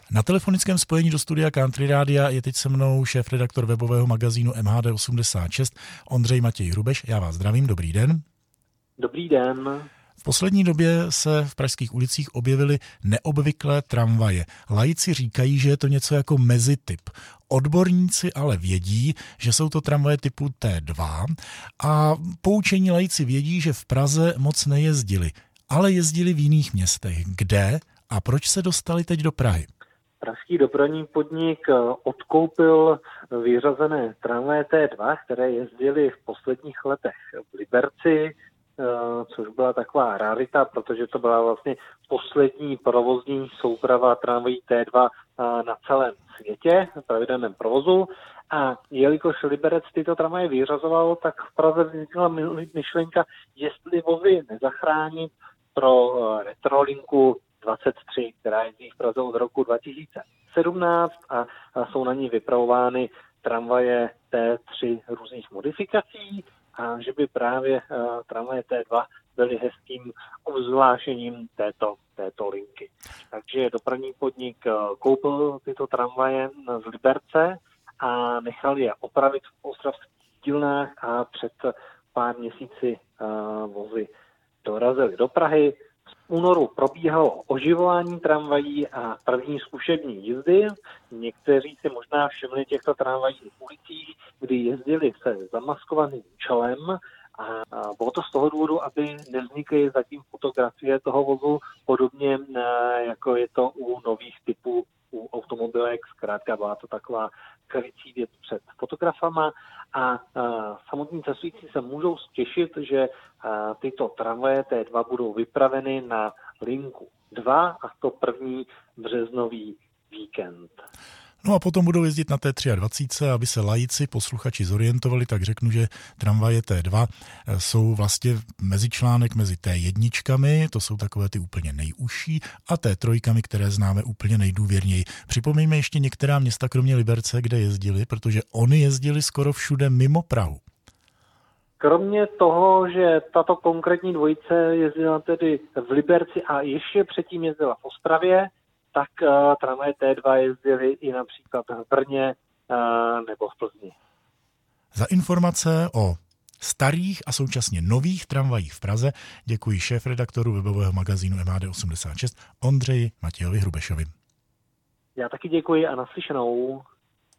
Na telefonickém spojení do studia Country Rádia je teď se mnou šéfredaktor webového magazínu MHD86 Ondřej Matěj Hrubeš. Já vás zdravím, dobrý den. Dobrý den. V poslední době se v pražských ulicích objevily neobvyklé tramvaje. Laici říkají, že je to něco jako mezityp. Odborníci ale vědí, že jsou to tramvaje typu T2 a poučení laici vědí, že v Praze moc nejezdili, ale jezdili v jiných městech. Kde a proč se dostali teď do Prahy? Pražský dopravní podnik odkoupil vyřazené tramvaje T2, které jezdily v posledních letech v Liberci, což byla taková rarita, protože to byla vlastně poslední provozní souprava tramvají T2 na celém světě v pravidelném provozu. A jelikož Liberec tyto tramvaje vyřazoval, tak v Praze vznikla myšlenka, jestli vozy nezachránit pro Retrolinku 23, která jezdí v Praze od roku 2017 a jsou na ní vypravovány tramvaje T3 různých modifikací a že by právě tramvaje T2 byly hezkým obzvlášením této linky. Takže dopravní podnik koupil tyto tramvaje z Liberce a nechal je opravit v ostravských dílnách a před pár měsíci vozy dorazily do Prahy. V únoru probíhalo oživování tramvají a první zkušební jízdy. Někteří si možná všimli těchto tramvají v ulicích, kdy jezdili se zamaskovaným čelem a bylo to z toho důvodu, aby nevznikly zatím fotografie toho vozu, podobně jako je to u nových typů u automobilek. Zkrátka byla to taková krycí věc před fotografama a samotní cestující se můžou těšit, že tyto tramvaje T2 budou vypraveny na linku 2 a to první březnový víkend. No a potom budou jezdit na T23, aby se laici, posluchači zorientovali, tak řeknu, že tramvaje T2 jsou vlastně mezičlánek mezi T1, to jsou takové ty úplně nejužší, a T3, které známe úplně nejdůvěrněji. Připomeňme ještě některá města, kromě Liberce, kde jezdili, protože oni jezdili skoro všude mimo Prahu. Kromě toho, že tato konkrétní dvojice jezdila tedy v Liberci a ještě předtím jezdila v Ostravě, tak tramvaje T2 jezdily i například v Brně nebo v Plzni. Za informace o starých a současně nových tramvajích v Praze děkuji šéfredaktoru webového magazínu MHD86 Ondřeji Matějovi Hrubešovi. Já taky děkuji a naslyšenou.